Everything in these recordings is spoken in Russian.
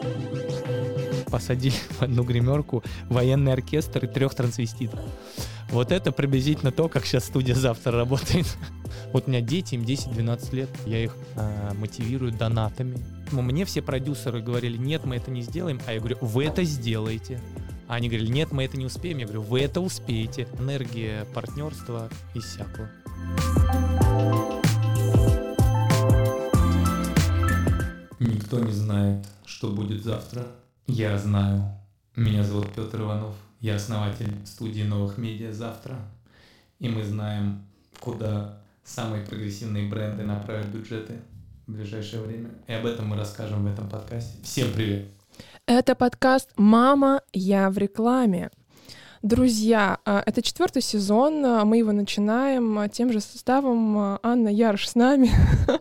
Посадили в одну гримерку военный оркестр и 3 трансвеститов. Вот это приблизительно то, как сейчас студия «Завтра» работает. Вот у меня дети, им 10-12 лет, я их мотивирую донатами. Мне все продюсеры говорили: нет, мы это не сделаем. А я говорю: вы это сделаете. А они говорили: нет, мы это не успеем. Я говорю: вы это успеете. Энергия партнерства иссякла. Никто не знает, что будет завтра. Я знаю. Меня зовут Петр Иванов. Я основатель студии новых медиа «Завтра». И мы знаем, куда самые прогрессивные бренды направят бюджеты в ближайшее время. И об этом мы расскажем в этом подкасте. Всем привет! Это подкаст «Мама, я в рекламе». Друзья, это 4-й сезон, мы его начинаем тем же составом. Анна Ярш с нами,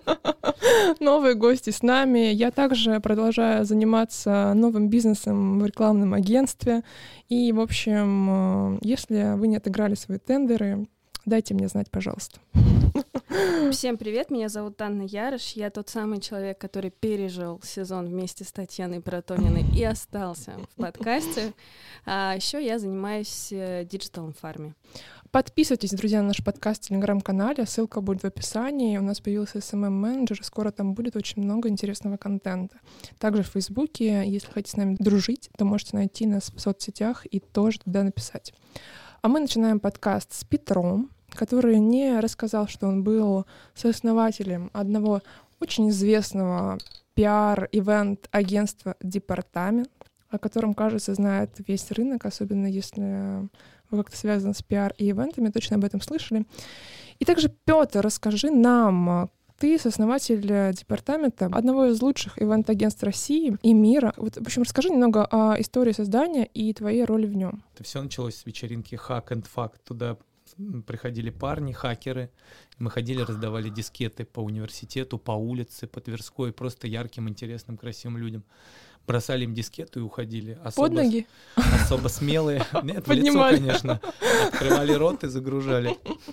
новые гости с нами. Я также продолжаю заниматься новым бизнесом в рекламном агентстве. И, в общем, если вы не отыграли свои тендеры, дайте мне знать, пожалуйста. Всем привет, меня зовут Анна Ярыш, я тот самый человек, который пережил сезон вместе с Татьяной Протониной и остался в подкасте. А еще я занимаюсь диджиталом в фарме. Подписывайтесь, друзья, на наш подкаст в Телеграм-канале, ссылка будет в описании. У нас появился SMM-менеджер, скоро там будет очень много интересного контента. Также в Фейсбуке, если хотите с нами дружить, то можете найти нас в соцсетях и тоже туда написать. А мы начинаем подкаст с Петром, который не рассказал, что он был сооснователем одного очень известного пиар-ивент-агентства «Департамент», о котором, кажется, знает весь рынок, особенно если вы как-то связаны с пиар и ивентами, точно об этом слышали. И также, Пётр, расскажи нам, ты сооснователь департамента одного из лучших ивент-агентств России и мира. Вот, в общем, расскажи немного о истории создания и твоей роли в нем. Это все началось с вечеринки Hack and Fact. Туда приходили парни, хакеры. Мы ходили, раздавали дискеты по университету, по улице, по Тверской, просто ярким, интересным, красивым людям. Бросали им дискету и уходили. Под ноги? Особо смелые. Нет, в лицо, конечно. Открывали рот и загружали.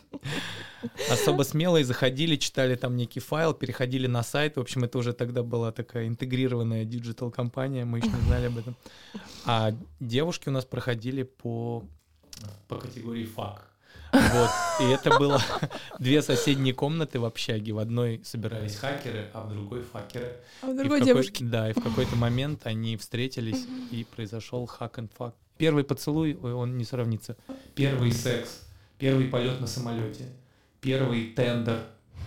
Особо смелые заходили, читали там некий файл, переходили на сайт. В общем, это уже тогда была такая интегрированная диджитал-компания, мы еще не знали об этом. А девушки у нас проходили по категории фак. Вот. И это было 2 соседние комнаты в общаге. В одной собирались хакеры, а в другой факеры. А в другой девушки. Да, и в какой-то момент они встретились, и произошел hack and fuck. Первый поцелуй, он не сравнится. Первый секс, первый полет на самолете, первый тендер.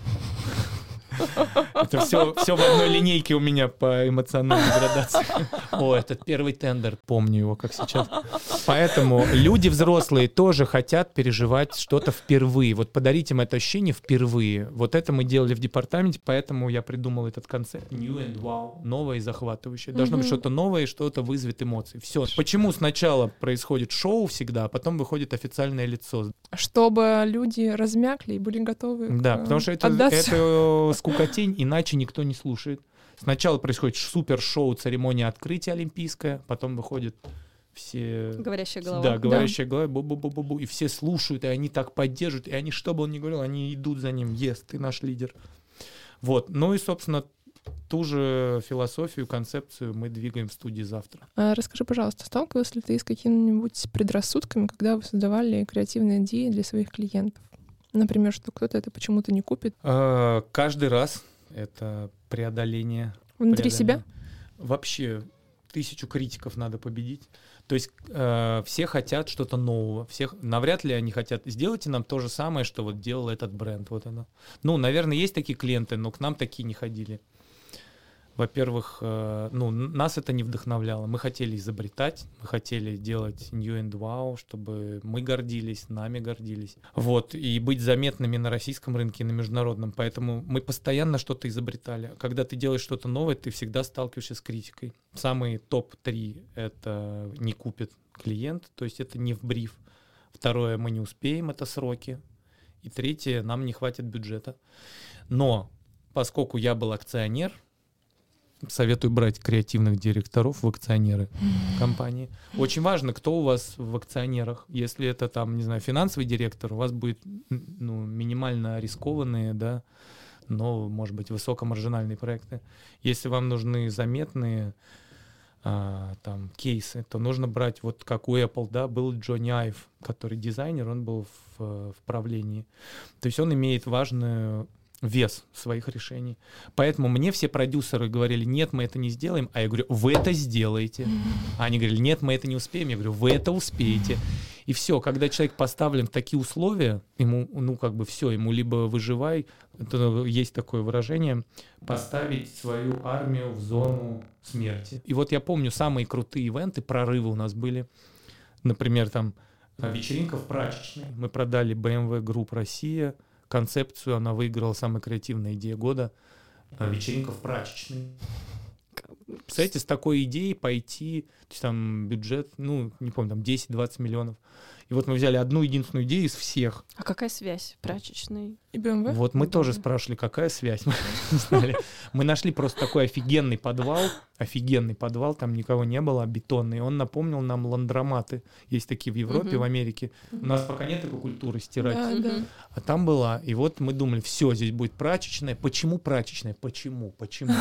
Это все в одной линейке у меня по эмоциональной градации. О, этот первый тендер, помню его как сейчас. Поэтому люди взрослые тоже хотят переживать что-то впервые. Вот подарить им это ощущение впервые. Вот это мы делали в департаменте, поэтому я придумал этот концепт New and Wow, новое и захватывающее. Должно быть что-то новое, что-то вызовет эмоции. Все. Почему сначала происходит шоу всегда, а потом выходит официальное лицо? Чтобы люди размякли и были готовы. Да, потому что это скукотень, иначе никто не слушает. Сначала происходит супер-шоу, церемония открытия олимпийская, потом выходит все... Говорящая голова. Да, говорящая голова, бу-бу-бу-бу-бу, и все слушают, и они так поддерживают, и они, что бы он ни говорил, они идут за ним. Yes, ты наш лидер. Вот, ну и, собственно, ту же философию, концепцию мы двигаем в студии «Завтра». Расскажи, пожалуйста, сталкивался ли ты с какими-нибудь предрассудками, когда вы создавали креативные идеи для своих клиентов? Например, что кто-то это почему-то не купит? Каждый раз это преодоление. Внутри себя? Вообще 1000 критиков надо победить. То есть все хотят что-то нового. Навряд ли они хотят, сделайте нам то же самое, что вот делал этот бренд. Вот оно. Ну, наверное, есть такие клиенты, но к нам такие не ходили. Во-первых, нас это не вдохновляло. Мы хотели изобретать, мы хотели делать new and wow, чтобы мы гордились, нами гордились. Вот, и быть заметными на российском рынке и на международном. Поэтому мы постоянно что-то изобретали. Когда ты делаешь что-то новое, ты всегда сталкиваешься с критикой. Самые топ-3 — это не купит клиент, то есть это не в бриф. Второе — мы не успеем, это сроки. И третье — нам не хватит бюджета. Но поскольку я был акционер, советую брать креативных директоров в акционеры компании. Очень важно, кто у вас в акционерах. Если это там, не знаю, финансовый директор, у вас будет минимально рискованные, да, но, может быть, высокомаржинальные проекты. Если вам нужны заметные там кейсы, то нужно брать, вот как у Apple, да, был Джонни Айв, который дизайнер, он был в правлении. То есть он имеет важный вес своих решений. Поэтому мне все продюсеры говорили, нет, мы это не сделаем, а я говорю, вы это сделаете. А они говорили, нет, мы это не успеем. Я говорю, вы это успеете. И все, когда человек поставлен в такие условия, ему, все, ему либо выживай, это есть такое выражение, поставить свою армию в зону смерти. И вот я помню, самые крутые ивенты, прорывы у нас были, например, там вечеринка в прачечной. Мы продали BMW Group Россия, концепцию, она выиграла самая креативная идея года, вечеринка в прачечной. Представляете, с такой идеей пойти, то есть там бюджет, не помню, там 10-20 миллионов. И вот мы взяли одну единственную идею из всех. А какая связь прачечной и BMW? Вот мы тоже спрашивали, какая связь. Мы не знали. Мы нашли просто такой офигенный подвал, там никого не было, бетонный. Он напомнил нам ландроматы. Есть такие в Европе, в Америке. У нас пока нет такой культуры стирать. Да. А там была. И вот мы думали, все, здесь будет прачечная. Почему прачечная? Почему?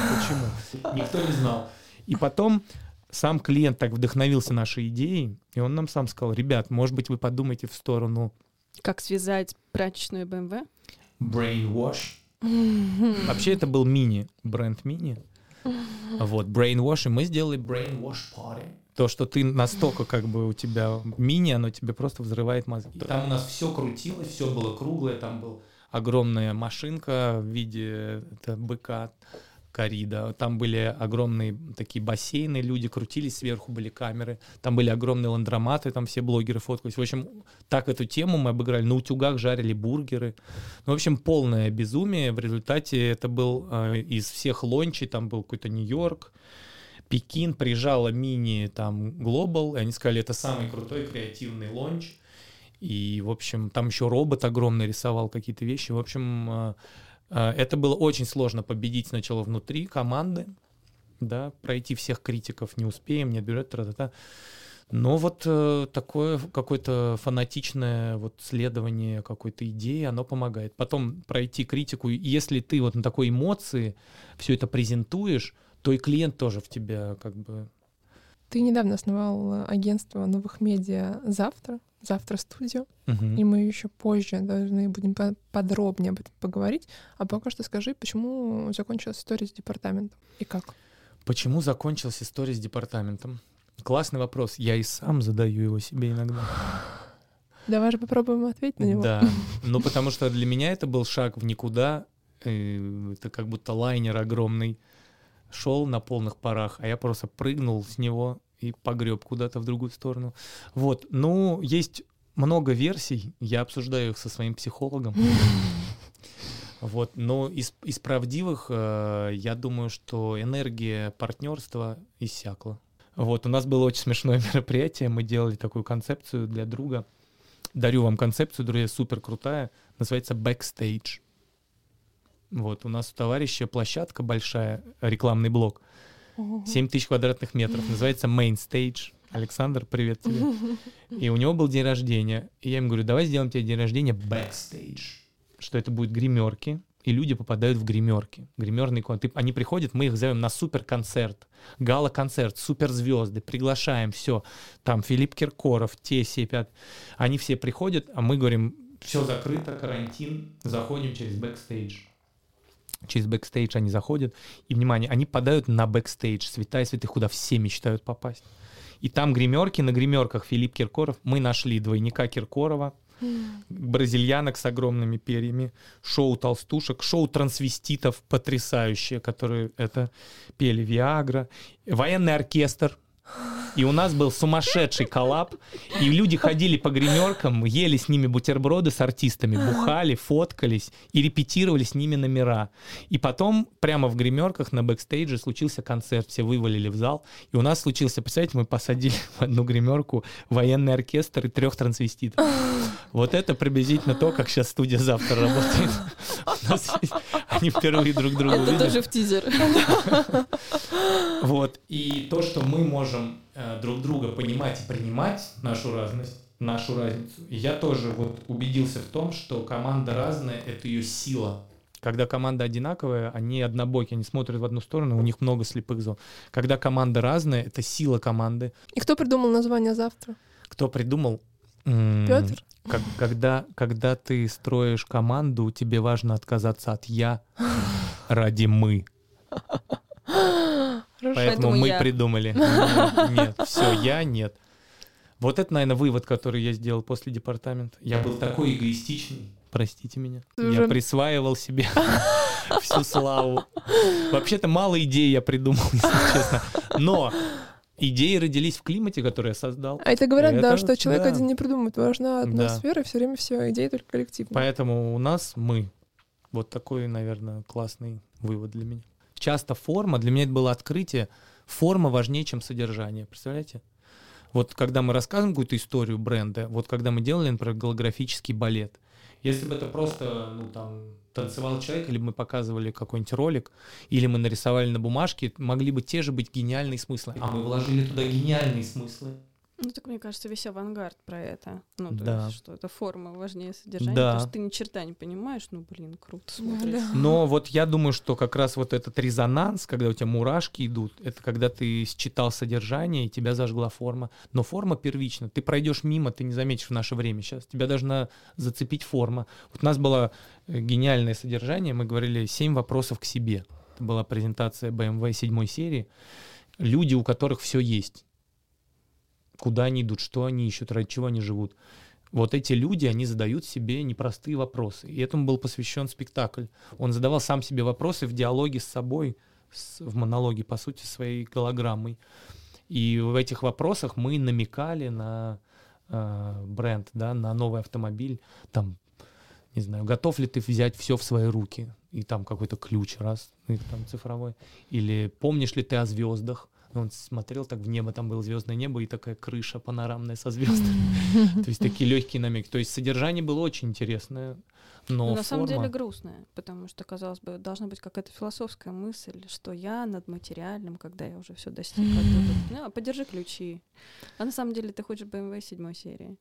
Никто не знал. И потом сам клиент так вдохновился нашей идеей, и он нам сам сказал, ребят, может быть, вы подумайте в сторону... Как связать прачечную и BMW? Brainwash. Вообще это был бренд мини. Вот, Brainwash, и мы сделали Brainwash Party. То, что ты настолько у тебя мини, оно тебе просто взрывает мозги. Там у нас все крутилось, все было круглое, там была огромная машинка в виде быка, коррида. Там были огромные такие бассейны, люди крутились, сверху были камеры, там были огромные ландроматы, там все блогеры фоткались. В общем, так эту тему мы обыграли. На утюгах жарили бургеры. В общем, полное безумие. В результате это был из всех лончей, там был какой-то Нью-Йорк, Пекин, приезжала мини, там, Global, и они сказали, это самый крутой креативный лонч. И, в общем, там еще робот огромный рисовал какие-то вещи. В общем, это было очень сложно победить сначала внутри команды, да, пройти всех критиков не успеем, нет бюджета, тра-та-та. Но вот такое какое-то фанатичное следование какой-то идеи, оно помогает. Потом пройти критику, и если ты вот на такой эмоции все это презентуешь, то и клиент тоже в тебя Ты недавно основал агентство новых медиа «Завтра студио», и мы еще позже должны будем подробнее об этом поговорить. А пока что скажи, почему закончилась история с департаментом и как? Почему закончилась история с департаментом? Классный вопрос. Я и сам задаю его себе иногда. Давай же попробуем ответить на него. Да, потому что для меня это был шаг в никуда. Это как будто лайнер огромный шел на полных парах, а я просто прыгнул с него и погреб куда-то в другую сторону. Вот, есть много версий, я обсуждаю их со своим психологом. Вот, но из правдивых, я думаю, что энергия партнерства иссякла. Вот, у нас было очень смешное мероприятие, мы делали такую концепцию для друга. Дарю вам концепцию, друзья, супер крутая, называется Backstage. Вот, у нас у товарища площадка большая, рекламный блок, 7000 квадратных метров, называется Main Stage. Александр, привет тебе. И у него был день рождения. И я ему говорю, давай сделаем тебе день рождения Backstage. Что это будет гримерки, и люди попадают в гримерки. Гримерные комнаты. Они приходят, мы их зовем на суперконцерт, гала-концерт, суперзвезды, приглашаем, все. Там Филипп Киркоров, те, все, пят. Они все приходят, а мы говорим, все закрыто, карантин, заходим через Backstage. Через бэкстейдж они заходят, и, внимание, они попадают на бэкстейдж, святая святых, куда все мечтают попасть. И там гримерки, на гримерках Филипп Киркоров. Мы нашли двойника Киркорова, бразильянок с огромными перьями, шоу толстушек, шоу трансвеститов потрясающее, которые пели Виагра, военный оркестр. И у нас был сумасшедший коллаб, и люди ходили по гримеркам, ели с ними бутерброды с артистами, бухали, фоткались и репетировали с ними номера. И потом прямо в гримерках на бэкстейдже случился концерт, все вывалили в зал, и у нас случился, представляете, мы посадили в одну гримерку военный оркестр и 3 трансвеститов. Вот это приблизительно то, как сейчас студия «Завтра» работает. Они впервые друг друга увидели. Это тоже в тизер. Вот. И то, что мы можем друг друга понимать и принимать нашу разницу. И я тоже убедился в том, что команда разная — это ее сила. Когда команда одинаковая, они однобокие, они смотрят в одну сторону, у них много слепых зон. Когда команда разная, это сила команды. И кто придумал название «Завтра»? Кто придумал? Пётр? Когда ты строишь команду, тебе важно отказаться от «я» ради «мы». Поэтому мы придумали. Нет, все, я нет. Вот это, наверное, вывод, который я сделал после департамента. Я был такой эгоистичный, простите меня. Я присваивал себе всю славу. Вообще-то мало идей я придумал, если честно. Но идеи родились в климате, который я создал. А это говорят, да, что человек один не придумает. Важна атмосфера, все время все, идеи только коллективные. Поэтому у нас мы. Вот такой, наверное, классный вывод для меня. Часто форма, для меня это было открытие, форма важнее, чем содержание. Представляете? Вот когда мы рассказываем какую-то историю бренда, вот когда мы делали, например, голографический балет, если бы это просто танцевал человек, или мы показывали какой-нибудь ролик, или мы нарисовали на бумажке, могли бы те же быть гениальные смыслы. А мы вложили туда гениальные смыслы. Ну, так мне кажется, весь авангард про это. Ну, то да. есть, что это форма важнее содержания, да. потому что ты ни черта не понимаешь, круто смотрится. Да. Но вот я думаю, что как раз вот этот резонанс, когда у тебя мурашки идут, это когда ты считал содержание, и тебя зажгла форма. Но форма первична. Ты пройдешь мимо, ты не заметишь в наше время сейчас. Тебя должна зацепить форма. Вот у нас было гениальное содержание, мы говорили 7 вопросов к себе. Это была презентация BMW 7 серии. Люди, у которых все есть. Куда они идут, что они ищут, ради чего они живут. Вот эти люди, они задают себе непростые вопросы. И этому был посвящен спектакль. Он задавал сам себе вопросы в диалоге с собой, в монологе, по сути, своей голограммой. И в этих вопросах мы намекали на бренд, да, на новый автомобиль. Там, не знаю, готов ли ты взять все в свои руки? И там какой-то ключ, раз, и там цифровой. Или помнишь ли ты о звездах? Он смотрел так в небо, там было звездное небо и такая крыша панорамная со звездами. То есть такие легкие намеки. То есть содержание было очень интересное, но на самом деле грустное, потому что, казалось бы, должна быть какая-то философская мысль, что я над материальным, когда я уже все достиг. Подержи ключи. А на самом деле ты хочешь BMW 7 серии.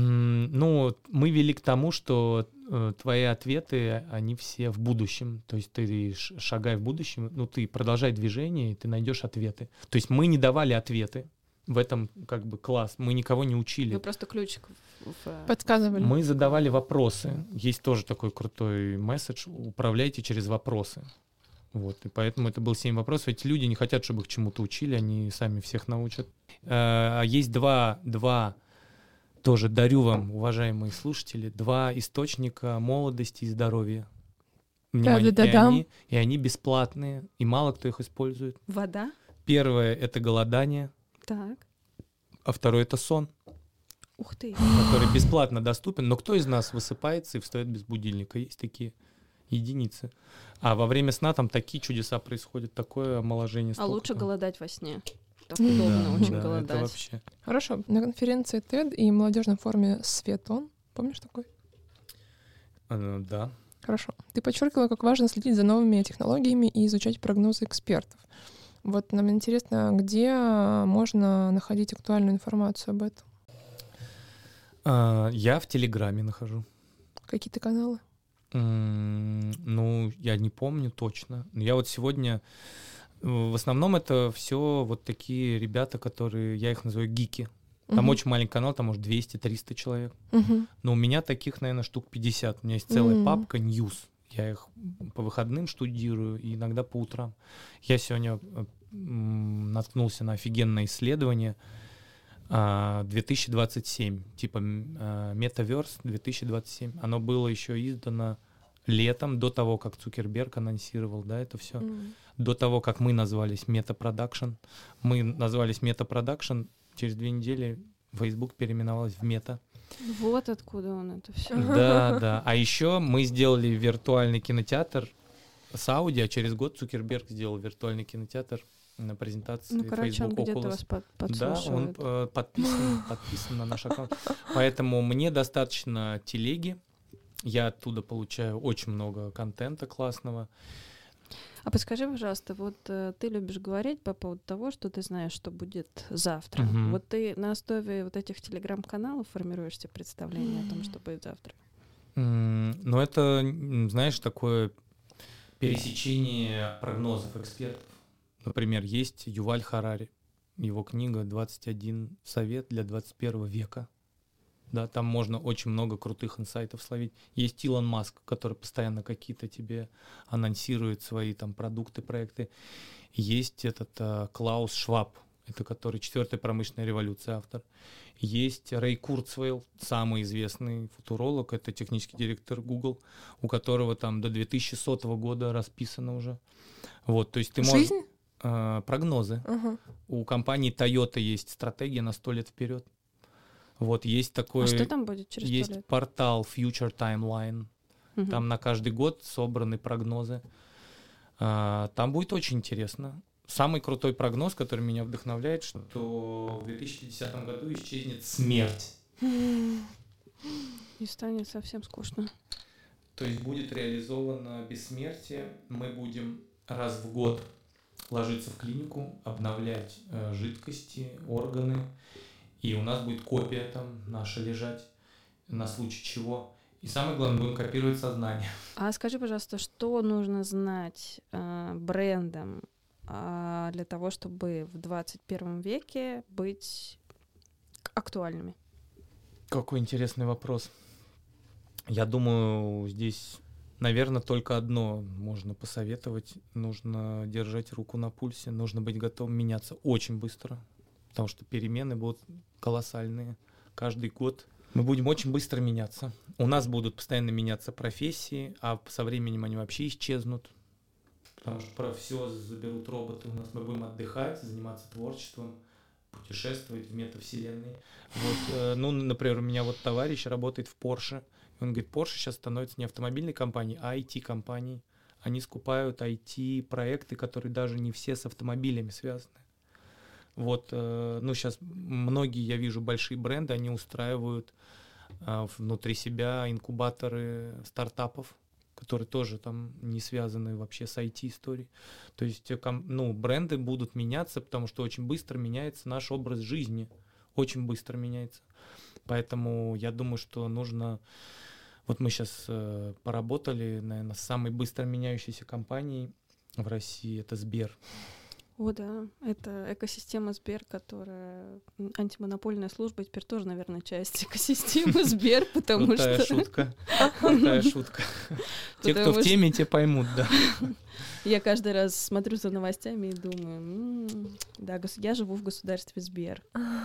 Ну, мы вели к тому, что твои ответы, они все в будущем. То есть ты шагай в будущем, ну, ты продолжай движение, и ты найдешь ответы. То есть мы не давали ответы. В этом как бы класс. Мы никого не учили. Вы просто ключик подсказывали. Мы задавали вопросы. Есть тоже такой крутой месседж. Управляйте через вопросы. Вот. И поэтому это был 7 вопросов. Эти люди не хотят, чтобы их чему-то учили, они сами всех научат. Есть два тоже дарю вам, уважаемые слушатели, 2 источника молодости и здоровья. Внимание, и они бесплатные, и мало кто их использует. Вода? Первое — это голодание. Так. А второе — это сон. Ух ты. Который бесплатно доступен. Но кто из нас высыпается и встает без будильника? Есть такие единицы. А во время сна там такие чудеса происходят, такое омоложение. А лучше голодать во сне. Так удобно очень голодать. Это вообще. Хорошо. На конференции TED и молодежном форуме «Светон», помнишь такой? Да. Хорошо. Ты подчеркивала, как важно следить за новыми технологиями и изучать прогнозы экспертов. Вот нам интересно, где можно находить актуальную информацию об этом? Я в Телеграме нахожу. Какие-то каналы? Ну, я не помню точно. Я вот сегодня... В основном это все вот такие ребята, которые, я их называю гики. Там очень маленький канал, там может 200-300 человек. Но у меня таких, наверное, штук 50. У меня есть целая папка News. Я их по выходным штудирую и иногда по утрам. Я сегодня наткнулся на офигенное исследование 2027, типа Metaverse 2027. Оно было еще издано летом, до того, как Цукерберг анонсировал, да, это все. До того, как мы назвались Meta Production. Мы назвались Meta Production, через 2 недели Facebook переименовалась в Meta. Вот откуда он это все. Да, да. А еще мы сделали виртуальный кинотеатр с Audi, а через год Цукерберг сделал виртуальный кинотеатр на презентации Facebook он где-то Oculus. вас подслушивает. Да, он подписан на наш аккаунт. Поэтому мне достаточно телеги. Я оттуда получаю очень много контента классного. А подскажи, пожалуйста, вот ты любишь говорить по поводу того, что ты знаешь, что будет завтра. Вот ты на основе вот этих телеграм-каналов формируешь себе представление о том, что будет завтра? Ну, это, знаешь, такое пересечение прогнозов экспертов. Например, есть Юваль Харари, его книга «21 совет для 21 века». Да, там можно очень много крутых инсайтов словить. Есть Илон Маск, который постоянно какие-то тебе анонсирует свои там продукты, проекты. Есть этот Клаус Шваб, это который «Четвертая промышленная революция» автор. Есть Рэй Курцвейл, самый известный футуролог, это технический директор Google, у которого там до 2100 года расписано уже. Вот, то есть ты можешь... Жизнь? Прогнозы. У компании Toyota есть стратегия на 100 лет вперед. Вот, есть такой... А что там будет через 100 лет? Есть портал Future Timeline. Там на каждый год собраны прогнозы. Там будет очень интересно. Самый крутой прогноз, который меня вдохновляет, что в 2050 году исчезнет смерть. И станет совсем скучно. То есть будет реализовано бессмертие. Мы будем раз в год ложиться в клинику, обновлять жидкости, органы. И у нас будет копия там наша лежать на случай чего. И самое главное, будем копировать сознание. А скажи, пожалуйста, что нужно знать брендам для того, чтобы в 21 веке быть актуальными? Какой интересный вопрос. Я думаю, здесь, наверное, только одно можно посоветовать. Нужно держать руку на пульсе, нужно быть готовым меняться очень быстро, потому что перемены будут колоссальные. Каждый год мы будем очень быстро меняться. У нас будут постоянно меняться профессии, а со временем они вообще исчезнут. Потому что про все заберут роботы. У нас мы будем отдыхать, заниматься творчеством, путешествовать в метавселенной. Вот, ну, например, у меня вот товарищ работает в Porsche. И он говорит, Porsche сейчас становится не автомобильной компанией, а IT-компанией. Они скупают IT-проекты, которые даже не все с автомобилями связаны. Вот, ну, сейчас многие, я вижу, большие бренды, они устраивают внутри себя инкубаторы стартапов, которые тоже там не связаны вообще с IT-историей. То есть, ну, бренды будут меняться, потому что очень быстро меняется наш образ жизни. Очень быстро меняется. Поэтому я думаю, что нужно... Вот мы сейчас поработали, наверное, с самой быстро меняющейся компанией в России. Это Сбер. О, да, это экосистема Сбер, которая антимонопольная служба, теперь тоже, наверное, часть экосистемы Сбер, потому что... Крутая шутка. Крутая шутка. Те, кто в теме, те поймут, да. Я каждый раз смотрю за новостями и думаю, да, я живу в государстве Сбер.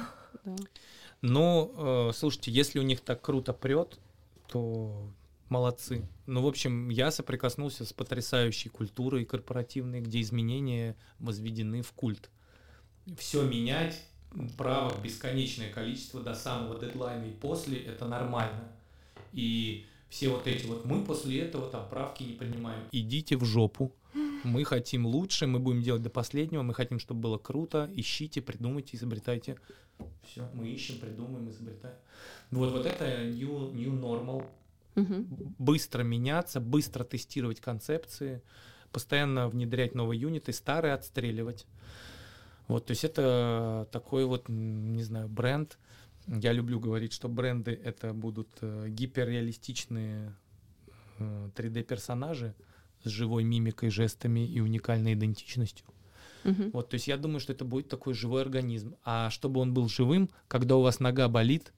Ну, слушайте, если у них так круто прет, то... Молодцы. Ну, в общем, я соприкоснулся с потрясающей культурой корпоративной, где изменения возведены в культ. Все менять, правок бесконечное количество до самого дедлайна и после, это нормально. И все вот эти вот, мы после этого там правки не принимаем. Идите в жопу. Мы хотим лучше, мы будем делать до последнего, мы хотим, чтобы было круто. Ищите, придумайте, изобретайте. Все, мы ищем, придумаем, изобретаем. Вот это new normal. Быстро меняться, быстро тестировать концепции, постоянно внедрять новые юниты, старые отстреливать. Вот, то есть это такой вот, не знаю, бренд. Я люблю говорить, что бренды это будут гиперреалистичные 3D-персонажи с живой мимикой, жестами и уникальной идентичностью. Вот, то есть я думаю, что это будет такой живой организм. А чтобы он был живым, когда у вас нога болит,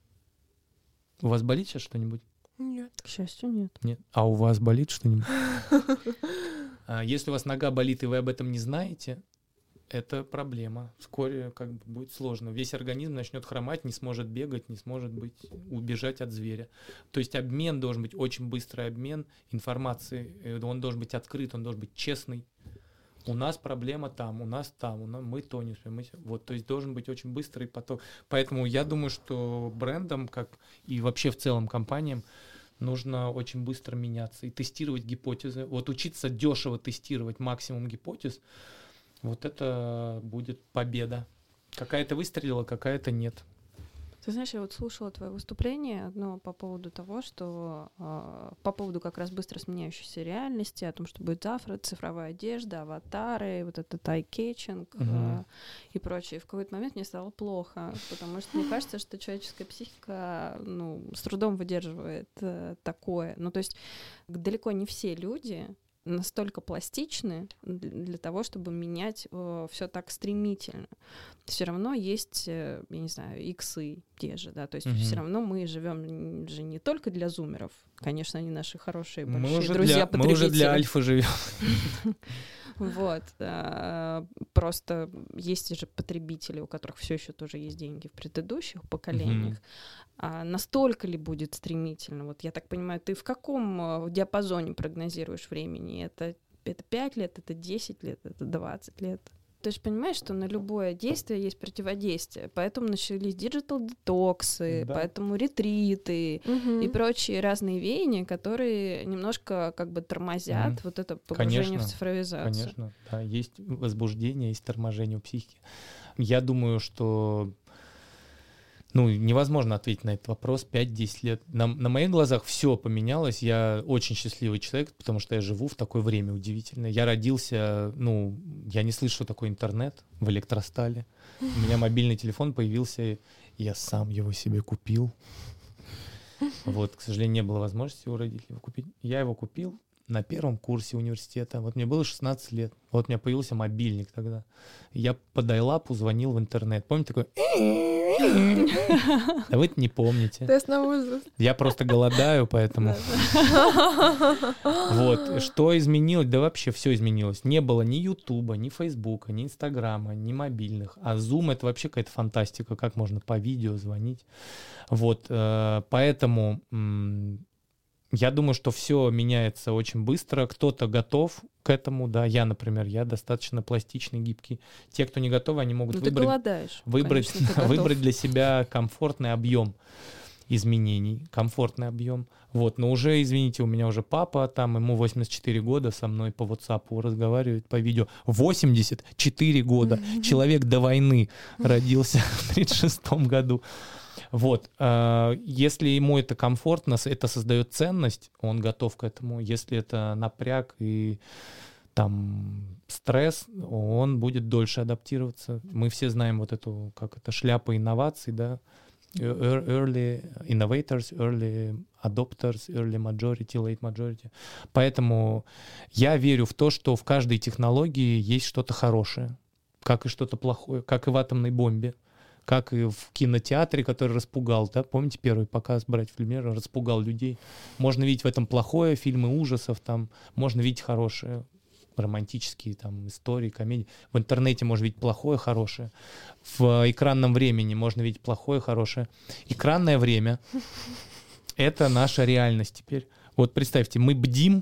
у вас болит сейчас что-нибудь? Нет. К счастью, нет. Нет. А у вас болит что-нибудь? Если у вас нога болит, и вы об этом не знаете, это проблема. Вскоре как бы будет сложно. Весь организм начнет хромать, не сможет бегать, не сможет убежать от зверя. То есть обмен должен быть очень быстрый обмен информации. Он должен быть открыт, он должен быть честный. У нас проблема там, у нас там, мы то не успеем. Вот, то есть должен быть очень быстрый поток. Поэтому я думаю, что брендам, как и вообще в целом компаниям, нужно очень быстро меняться и тестировать гипотезы. Вот учиться дешево тестировать максимум гипотез, вот это будет победа. Какая-то выстрелила, какая-то нет. Ты знаешь, я вот слушала твое выступление одно по поводу того, что по поводу как раз быстро сменяющейся реальности, о том, что будет завтра, цифровая одежда, аватары, вот этот ай-кетчинг и прочее. В какой-то момент мне стало плохо, потому что мне кажется, что человеческая психика, ну, с трудом выдерживает такое. Ну, то есть далеко не все люди настолько пластичны для того, чтобы менять все так стремительно. Все равно есть, я не знаю, иксы те же, да, то есть все равно мы живем же не только для зумеров, конечно, они наши хорошие, большие друзья-потребители. Мы уже для альфа живем. Вот. Просто есть же потребители, у которых все еще тоже есть деньги в предыдущих поколениях. А настолько ли будет стремительно? Вот я так понимаю, ты в каком диапазоне прогнозируешь времени? Это 5 лет, это 10 лет, это 20 лет? Ты же понимаешь, что на любое действие есть противодействие, поэтому начались диджитал-детоксы, поэтому ретриты и прочие разные веяния, которые немножко как бы тормозят вот это погружение в цифровизацию. Конечно, да, есть возбуждение, есть торможение у психики. Я думаю, что невозможно ответить на этот вопрос 5-10 лет. На моих глазах все поменялось. Я очень счастливый человек, потому что я живу в такое время удивительное. Я родился, я не слышу, что такое интернет в электростале. У меня мобильный телефон появился, и я сам его себе купил. Вот, к сожалению, не было возможности у родителей его купить. Я его купил на первом курсе университета. Вот мне было 16 лет. Вот у меня появился мобильник тогда. Я по дайлапу звонил в интернет. Помните такой... Да вы-то не помните. Тест на возраст. Я просто голодаю, поэтому... Вот. Что изменилось? Да вообще все изменилось. Не было ни Ютуба, ни Фейсбука, ни Инстаграма, ни мобильных. А Zoom — это вообще какая-то фантастика. Как можно по видео звонить. Вот. Поэтому... Я думаю, что все меняется очень быстро. Кто-то готов к этому, да. Я, например, достаточно пластичный, гибкий. Те, кто не готовы, они могут выбрать для себя комфортный объем изменений, комфортный объем. Вот, но уже, извините, у меня уже папа, там ему 84 года, со мной по WhatsApp разговаривает, по видео. 84 года. Человек до войны родился в 1936 году. Вот, если ему это комфортно, это создает ценность, он готов к этому. Если это напряг и там стресс, он будет дольше адаптироваться. Мы все знаем вот эту, шляпа инноваций, да, early innovators, early adopters, early majority, late majority. Поэтому я верю в то, что в каждой технологии есть что-то хорошее, как и что-то плохое, как и в атомной бомбе. Как и в кинотеатре, который распугал, да, помните первый показ «Братьев Люмьера», распугал людей. Можно видеть в этом плохое, фильмы ужасов, там, можно видеть хорошее, романтические там истории, комедии. В интернете можно видеть плохое, хорошее. В экранном времени можно видеть плохое, хорошее. Экранное время — это наша реальность теперь. Вот представьте, мы бдим,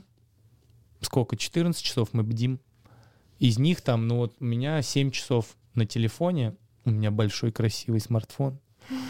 14 часов мы бдим. Из них там, у меня 7 часов на телефоне, у меня большой красивый смартфон.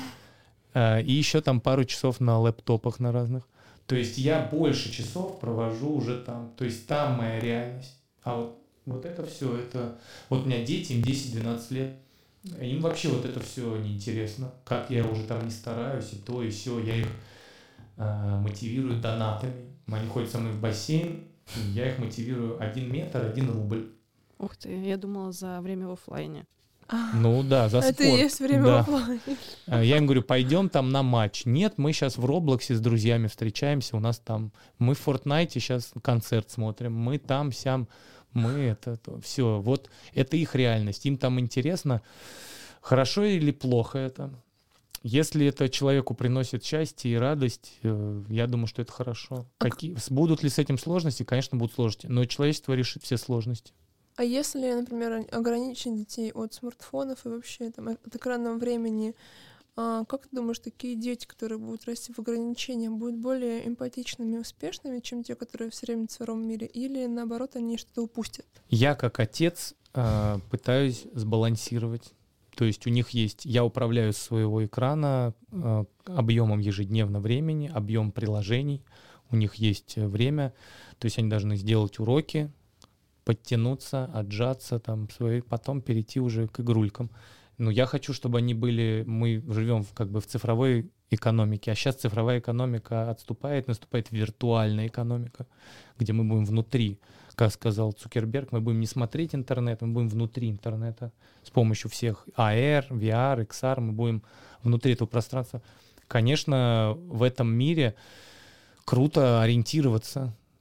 И еще там пару часов на лэптопах на разных. То есть я больше часов провожу уже там. То есть там моя реальность. А вот это все, это... Вот у меня дети, им 10-12 лет. Им вообще вот это все неинтересно. Как я уже там не стараюсь, и то, и все. Я их мотивирую донатами. Они ходят со мной в бассейн, и я их мотивирую 1 метр, 1 рубль. Ух ты, я думала за время в офлайне. За спорт. Это и есть время в офлайне. Я им говорю, пойдем там на матч. Нет, мы сейчас в Роблоксе с друзьями встречаемся, у нас там... Мы в Фортнайте сейчас концерт смотрим, мы там, сям, мы все. Вот это их реальность. Им там интересно, хорошо или плохо это. Если это человеку приносит счастье и радость, я думаю, что это хорошо. Будут ли с этим сложности? Конечно, будут сложности, но человечество решит все сложности. А если, например, ограничить детей от смартфонов и вообще там, от экранного времени, как ты думаешь, такие дети, которые будут расти в ограничениях, будут более эмпатичными и успешными, чем те, которые все время в цифровом мире, или наоборот они что-то упустят? Я как отец пытаюсь сбалансировать. То есть у них есть, я управляю с своего экрана объемом ежедневного времени, объем приложений, у них есть время, то есть они должны сделать уроки, подтянуться, отжаться, потом перейти уже к игрулькам. Но я хочу, чтобы они были... Мы живем в цифровой экономике, а сейчас цифровая экономика отступает, наступает виртуальная экономика, где мы будем внутри. Как сказал Цукерберг, мы будем не смотреть интернет, мы будем внутри интернета с помощью всех AR, VR, XR, мы будем внутри этого пространства. Конечно, в этом мире круто ориентироваться.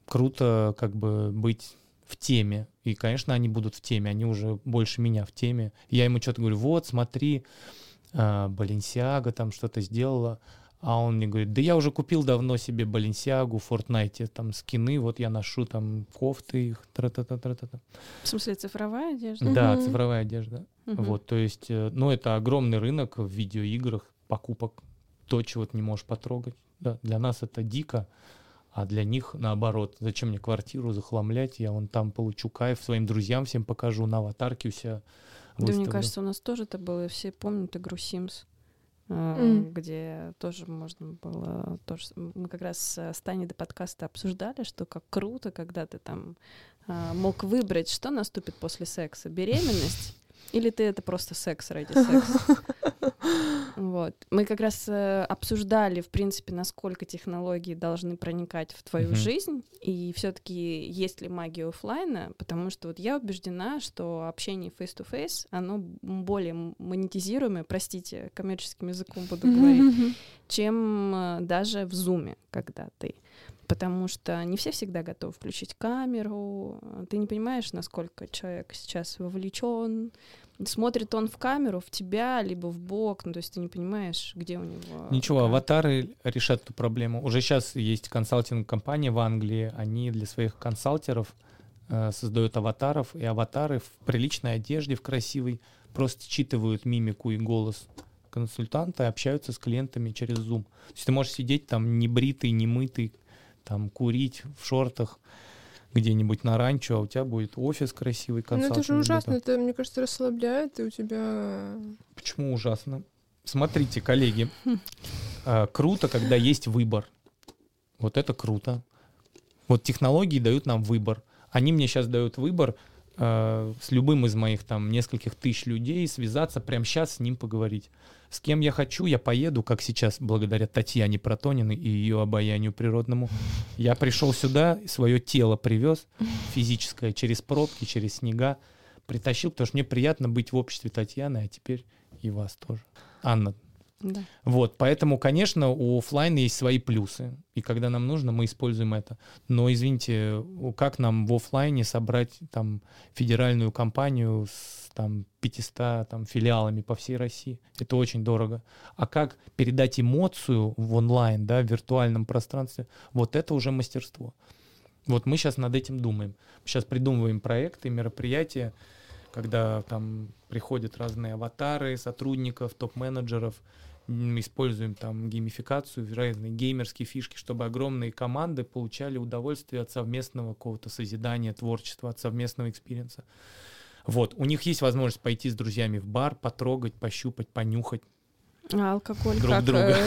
круто как бы быть в теме. И, конечно, они будут в теме, они уже больше меня в теме. Я ему что-то говорю, вот, смотри, Balenciaga там что-то сделала. А он мне говорит, да я уже купил давно себе Balenciaga в Fortnite, там скины, вот я ношу там кофты их, тра-та-та-та-та. В смысле, цифровая одежда? Да, цифровая одежда. Мгм. Вот, то есть, ну, это огромный рынок в видеоиграх, покупок, то, чего ты не можешь потрогать. Да, для нас это дико, а для них наоборот. Зачем мне квартиру захламлять? Я вон там получу кайф, своим друзьям всем покажу, на аватарке у себя Да, мне выставлю. кажется, у нас тоже это было. Все помнят игру Sims, где тоже можно было... Тоже, мы как раз с Таней до подкаста обсуждали, что как круто, когда ты там мог выбрать, что наступит после секса. Беременность или ты это просто секс ради секса. Вот. Мы как раз обсуждали, в принципе, насколько технологии должны проникать в твою жизнь, и все-таки есть ли магия оффлайна, потому что вот я убеждена, что общение face-to-face, оно более монетизируемое, простите, коммерческим языком буду говорить, чем даже в зуме, когда ты. Потому что не все всегда готовы включить камеру, ты не понимаешь, насколько человек сейчас вовлечен, смотрит он в камеру, в тебя, либо в бок, ну, то есть ты не понимаешь, где у него... Ничего, аватары решат эту проблему. Уже сейчас есть консалтинг-компания в Англии, они для своих консалтеров создают аватаров, и аватары в приличной одежде, в красивой, просто считывают мимику и голос консультанта и общаются с клиентами через Zoom. То есть ты можешь сидеть там небритый, немытый, там курить в шортах где-нибудь на ранчо, а у тебя будет офис красивый, Ну консалтинг. это же ужасно, это, мне кажется, расслабляет, и у тебя... Почему ужасно? Смотрите, коллеги, круто, когда есть выбор. Вот это круто. Вот технологии дают нам выбор. Они мне сейчас дают выбор с любым из моих там нескольких тысяч людей связаться, прямо сейчас с ним поговорить. С кем я хочу, я поеду, как сейчас, благодаря Татьяне Протониной и ее обаянию природному. Я пришел сюда, свое тело привез, физическое, через пробки, через снега, притащил, потому что мне приятно быть в обществе Татьяны, а теперь и вас тоже. Анна. Да. Вот, поэтому, конечно, у оффлайна есть свои плюсы, и когда нам нужно, мы используем это. Но, извините, как нам в оффлайне собрать там федеральную компанию с там 500 там, филиалами по всей России? Это очень дорого. А как передать эмоцию в онлайн, да, в виртуальном пространстве? Вот это уже мастерство. Вот мы сейчас над этим думаем. Сейчас придумываем проекты, мероприятия, когда там приходят разные аватары сотрудников, топ-менеджеров, используем там геймификацию, разные геймерские фишки, чтобы огромные команды получали удовольствие от совместного какого-то созидания, творчества, от совместного экспириенса. Вот, у них есть возможность пойти с друзьями в бар, потрогать, пощупать, понюхать. А алкоголь друг как, друга.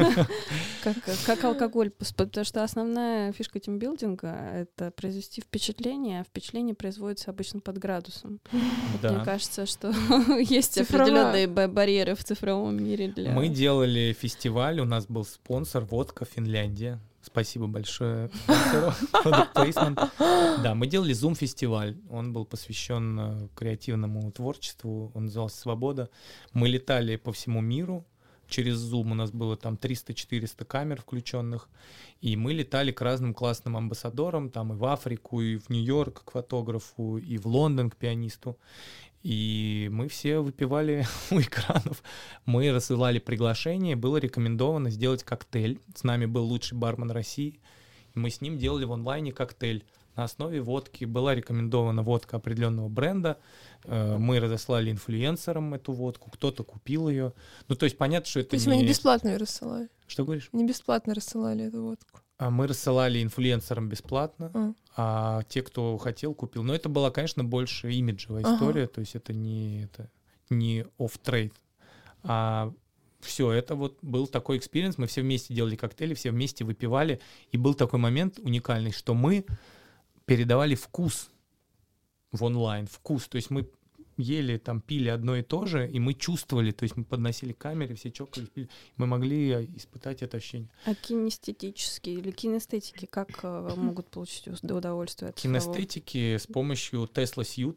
как алкоголь, потому что основная фишка тимбилдинга — это произвести впечатление, а впечатление производится обычно под градусом. Вот Да. мне кажется, что есть Цифровая. определенные барьеры в цифровом мире для... Мы делали фестиваль, у нас был спонсор «Водка Финляндия». Спасибо большое спонсору. Product placement. Да, мы делали Zoom-фестиваль. Он был посвящен креативному творчеству. Он назывался «Свобода». Мы летали по всему миру. Через Zoom у нас было там 300-400 камер включенных. И мы летали к разным классным амбассадорам. Там и в Африку, и в Нью-Йорк к фотографу, и в Лондон к пианисту. И мы все выпивали у экранов. Мы рассылали приглашение. Было рекомендовано сделать коктейль. С нами был лучший бармен России. И мы с ним делали в онлайне коктейль. На основе водки была рекомендована водка определенного бренда. Мы разослали инфлюенсерам эту водку. Кто-то купил ее. Ну, то есть понятно, что это То есть вы не бесплатно ее рассылали? Что говоришь? Не бесплатно рассылали эту водку? Мы рассылали инфлюенсерам бесплатно, а те, кто хотел, купил. Но это была, конечно, больше имиджевая история, то есть это не off-trade. А все, это вот был такой экспириенс, мы все вместе делали коктейли, все вместе выпивали, и был такой момент уникальный, что мы передавали вкус в онлайн, вкус, то есть мы ели, там, пили одно и то же, и мы чувствовали, то есть мы подносили к камере, все чокались, пили, мы могли испытать это ощущение. А кинестетические или кинестетики как могут получить удовольствие от Кинестетики с помощью Tesla Suite,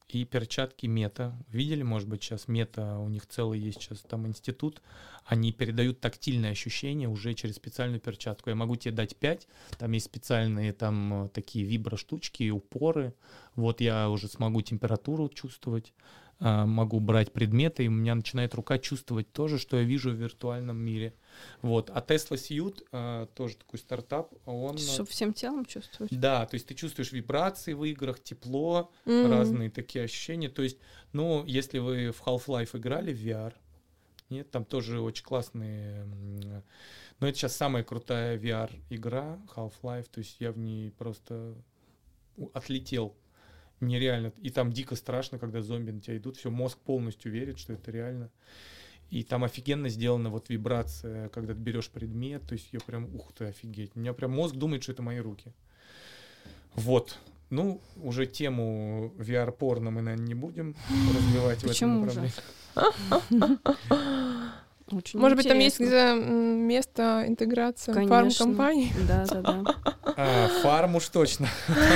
и перчатки Мета. Видели, может быть, сейчас Мета, у них целый есть сейчас там институт, они передают тактильное ощущение уже через специальную перчатку. Я могу тебе дать 5, там есть специальные там такие виброштучки, упоры, вот я уже смогу температуру чувствовать, могу брать предметы, и у меня начинает рука чувствовать то же, что я вижу в виртуальном мире. Вот. А Tesla Suit, тоже такой стартап, он... Чтобы всем телом чувствовать? Да, то есть ты чувствуешь вибрации в играх, тепло, разные такие ощущения. То есть, ну, если вы в Half-Life играли в VR, нет, там тоже очень классные... Но это сейчас самая крутая VR-игра, Half-Life, то есть я в ней просто отлетел. Нереально. И там дико страшно, когда зомби на тебя идут. Все, мозг полностью верит, что это реально. И там офигенно сделана вот вибрация, когда ты берешь предмет. То есть я прям, ух ты, офигеть. У меня прям мозг думает, что это мои руки. Вот. Ну, уже тему VR-порно мы, наверное, не будем развивать в этом направлении. Очень Может быть, там есть интересно. где-то место интеграции Конечно. фармкомпаний? Да. Фарм уж точно.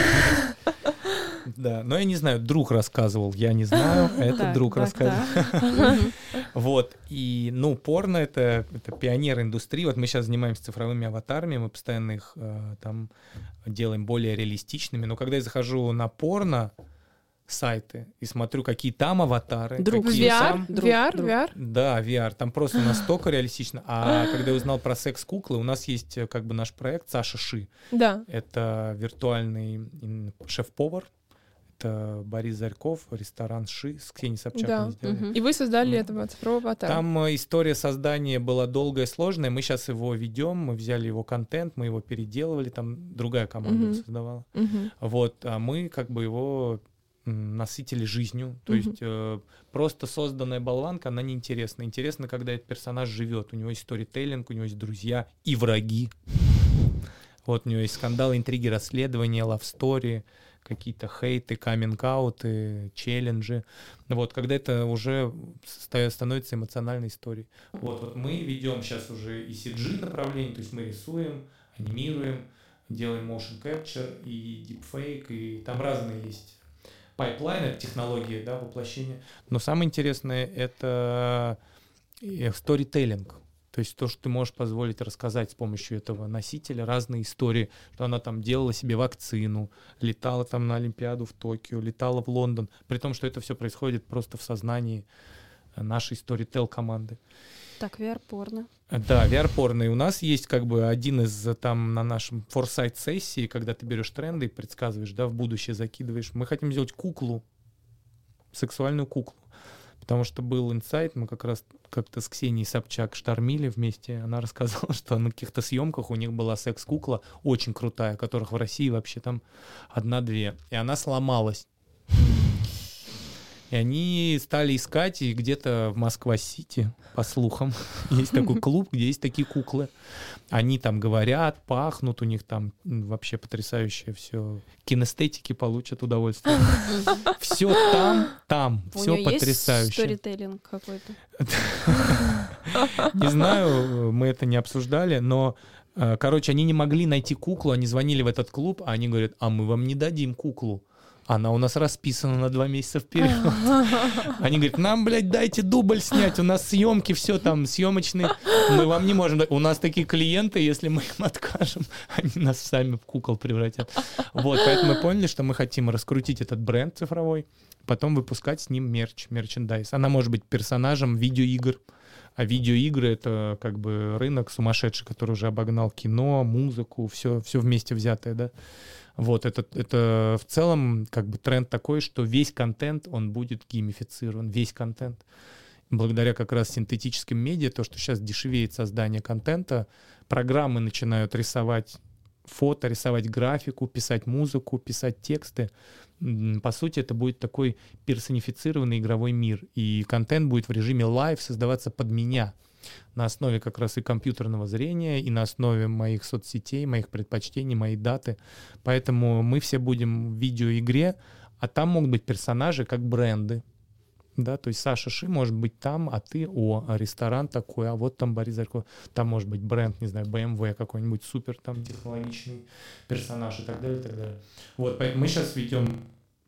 Да, но я не знаю, друг рассказывал, я не знаю, это друг рассказывал. Вот, и, ну, порно — это пионер индустрии. Вот мы сейчас занимаемся цифровыми аватарами, мы постоянно их там делаем более реалистичными, но когда я захожу на порно сайты и смотрю, какие там аватары. Друг. какие VR? там... VR? Да, VR. Там просто настолько реалистично. А когда я узнал про секс-куклы, у нас есть как бы наш проект «Саша Ши». Да. Это виртуальный шеф-повар. Это Борис Зарьков, ресторан «Ши» с Ксенией Собчак. Да. И вы создали этого цифрового аватара. Там история создания была долгая, сложная. Мы сейчас его ведем, мы взяли его контент, мы его переделывали, там другая команда его создавала. Вот, а мы как бы его насытили жизнью. То есть просто созданная болванка, она неинтересна. Интересно, когда этот персонаж живет. У него есть сторителлинг, у него есть друзья и враги. Вот у него есть скандалы, интриги, расследования, лавстори, какие-то хейты, каминг-ауты, челленджи. Вот, когда это уже становится эмоциональной историей. Вот мы ведем сейчас уже и CG направление, то есть мы рисуем, анимируем, делаем motion capture и deepfake, и там разные есть пайплайн, это технологии, да, воплощения. Но самое интересное — это сторителлинг. То есть то, что ты можешь позволить рассказать с помощью этого носителя разные истории, что она там делала себе вакцину, летала там на Олимпиаду в Токио, летала в Лондон, при том, что это все происходит просто в сознании нашей Storytel команды. Так, VR-порно. Да, VR-порно. И у нас есть как бы один из там на нашем форсайт-сессии, когда ты берешь тренды и предсказываешь, да, в будущее закидываешь. Мы хотим сделать куклу, сексуальную куклу. Потому что был инсайт, мы как раз как-то с Ксенией Собчак штормили вместе. Она рассказала, что на каких-то съемках у них была секс-кукла очень крутая, которых в России вообще там 1-2. И она сломалась. И они стали искать, и где-то в Москва-Сити, по слухам, есть такой клуб, где есть такие куклы. Они там говорят, пахнут, у них там вообще потрясающее все. Кинестетики получат удовольствие. Все там, все потрясающе. Есть сторителлинг какой-то? Не знаю, мы это не обсуждали, но, короче, они не могли найти куклу, они звонили в этот клуб, а они говорят, а мы вам не дадим куклу. Она у нас расписана на 2 месяца вперед. Они говорят, нам, блядь, дайте дубль снять, у нас съемки, все там съемочные, мы вам не можем дать. У нас такие клиенты, если мы им откажем, они нас сами в кукол превратят. Вот, поэтому мы поняли, что мы хотим раскрутить этот бренд цифровой, потом выпускать с ним мерчендайз. Она может быть персонажем видеоигр, а видеоигры — это как бы рынок сумасшедший, который уже обогнал кино, музыку, все вместе взятое, да. Вот, это в целом как бы тренд такой, что весь контент, он будет геймифицирован, весь контент. Благодаря как раз синтетическим медиа, то, что сейчас дешевеет создание контента, программы начинают рисовать фото, рисовать графику, писать музыку, писать тексты. По сути, это будет такой персонифицированный игровой мир, и контент будет в режиме лайв создаваться под меня, на основе как раз и компьютерного зрения, и на основе моих соцсетей, моих предпочтений, моей даты. Поэтому мы все будем в видеоигре, а там могут быть персонажи как бренды. Да, то есть Саша Ши может быть там, а ты, ресторан такой, а вот там Борис Зарьков, там может быть бренд, не знаю, BMW какой-нибудь супер там технологичный персонаж и так далее, и так далее. Вот, мы сейчас ведем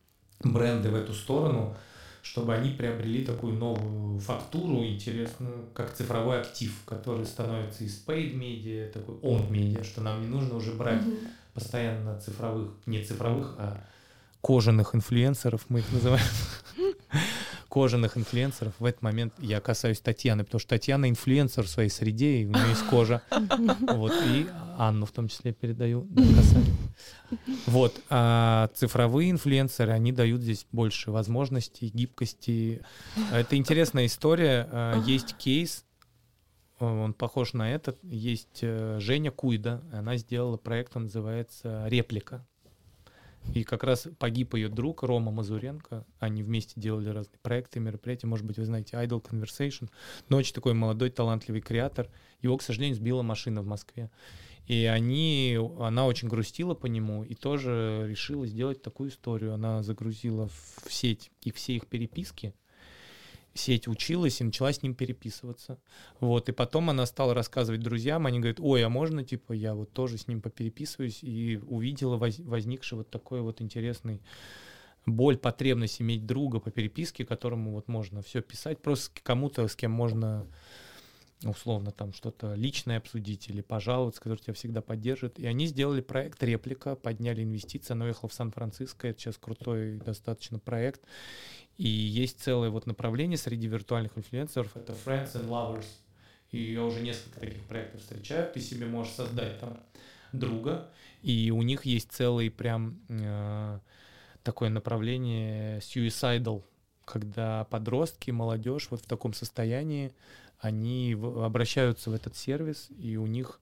бренды в эту сторону, чтобы они приобрели такую новую фактуру интересную, как цифровой актив, который становится из paid media, такой owned media, что нам не нужно уже брать постоянно цифровых, не цифровых, а кожаных инфлюенсеров, мы их называем. Кожаных инфлюенсеров. В этот момент я касаюсь Татьяны, потому что Татьяна инфлюенсер в своей среде, и у нее есть кожа. Вот, и Анну в том числе передаю. Да, касаюсь. Вот, а цифровые инфлюенсеры, они дают здесь больше возможностей, гибкости. Это интересная история. Есть кейс, он похож на этот. Есть Женя Куйда, она сделала проект, он называется «Реплика». И как раз погиб ее друг Рома Мазуренко. Они вместе делали разные проекты, мероприятия. Может быть, вы знаете Idle Conversation. Но очень такой молодой, талантливый креатор. Его, к сожалению, сбила машина в Москве. И она очень грустила по нему и тоже решила сделать такую историю. Она загрузила в сеть и все их переписки. Сеть училась и начала с ним переписываться. Вот. И потом она стала рассказывать друзьям, они говорят: ой, а можно, типа, я вот тоже с ним попереписываюсь, и увидела возникший вот такой вот интересный боль, потребность иметь друга по переписке, которому вот можно все писать, просто кому-то, с кем можно условно там что-то личное обсудить или пожаловаться, который тебя всегда поддержит. И они сделали проект «Реплика», подняли инвестиции, она уехала в Сан-Франциско, это сейчас крутой достаточно проект. И есть целое вот направление среди виртуальных инфлюенсеров, это Friends and Lovers. И я уже несколько таких проектов встречаю. Ты себе можешь создать там друга, и у них есть целый прям такое направление suicidal, когда подростки, молодежь вот в таком состоянии, они обращаются в этот сервис, и у них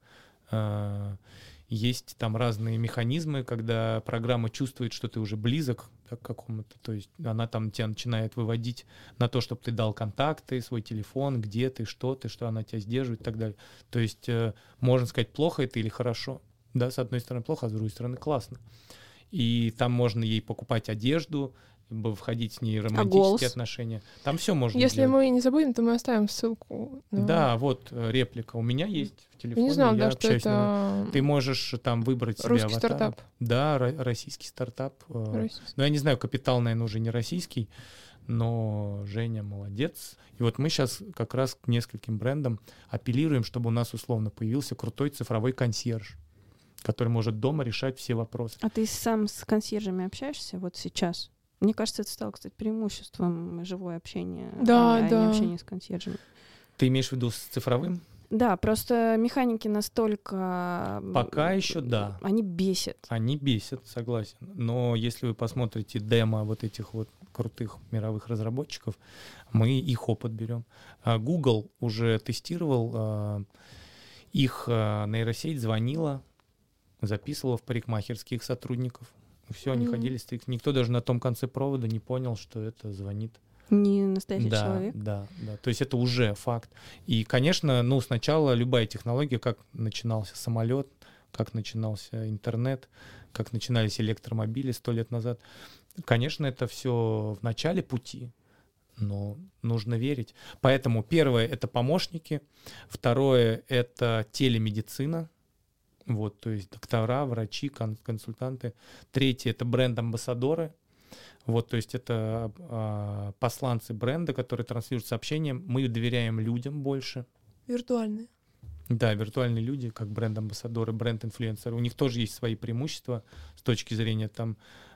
есть там разные механизмы, когда программа чувствует, что ты уже близок к какому-то, то есть она там тебя начинает выводить на то, чтобы ты дал контакты, свой телефон, где ты, что она тебя сдерживает и так далее. То есть можно сказать, плохо это или хорошо. Да, с одной стороны плохо, а с другой стороны классно. И там можно ей покупать одежду, входить с ней в романтические отношения. Там все можно Если делать. мы не забудем, то мы оставим ссылку. Да, вот «Реплика» у меня есть в телефоне. Я не знала, я да, что это... Ты можешь там выбрать себе русский аватар. стартап. Да, российский стартап. Российский. Но я не знаю, капитал, наверное, уже не российский, но Женя молодец. И вот мы сейчас как раз к нескольким брендам апеллируем, чтобы у нас условно появился крутой цифровой консьерж, который может дома решать все вопросы. А ты сам с консьержами общаешься вот сейчас? Мне кажется, это стало, кстати, преимуществом живое общение, а не общение с консьержами. Ты имеешь в виду с цифровым? Да, просто механики настолько... Пока еще да. Они бесят. Они бесят, согласен. Но если вы посмотрите демо вот этих вот крутых мировых разработчиков, мы их опыт берем. Google уже тестировал, их нейросеть звонила, записывала в парикмахерских сотрудников. Все, они ходили, никто даже на том конце провода не понял, что это звонит. Не настоящий человек. Да. То есть это уже факт. И, конечно, сначала любая технология, как начинался самолет, как начинался интернет, как начинались электромобили 100 лет назад, конечно, это все в начале пути, но нужно верить. Поэтому первое — это помощники, второе — это телемедицина. Вот, то есть доктора, врачи, консультанты. Третье — это бренд-амбассадоры. Вот, то есть это посланцы бренда, которые транслируют сообщения. Мы доверяем людям больше. Виртуальные. Да, виртуальные люди, как бренд-амбассадоры, бренд-инфлюенсеры. У них тоже есть свои преимущества с точки зрения там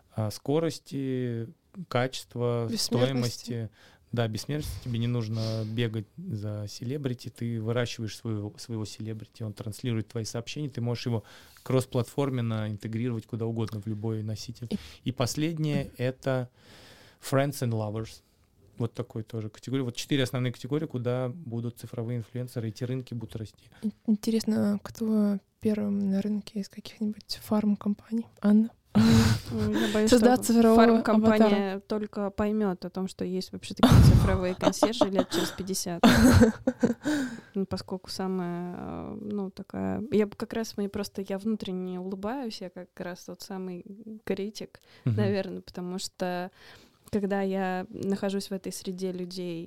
скорости, качества, стоимости. Да, бессмертности. Тебе не нужно бегать за селебрити, ты выращиваешь своего селебрити, он транслирует твои сообщения, ты можешь его кроссплатформенно интегрировать куда угодно в любой носитель. И последнее — это Friends and Lovers. Вот такой тоже категория. Вот 4 основные категории, куда будут цифровые инфлюенсеры, эти рынки будут расти. Интересно, кто первым на рынке из каких-нибудь фарм-компаний? Анна? Я боюсь, создать что фарм-компания только поймет о том, что есть вообще такие цифровые консьержи лет через 50. Поскольку самая, такая... Я внутренне улыбаюсь, я как раз тот самый критик, наверное, потому что когда я нахожусь в этой среде людей,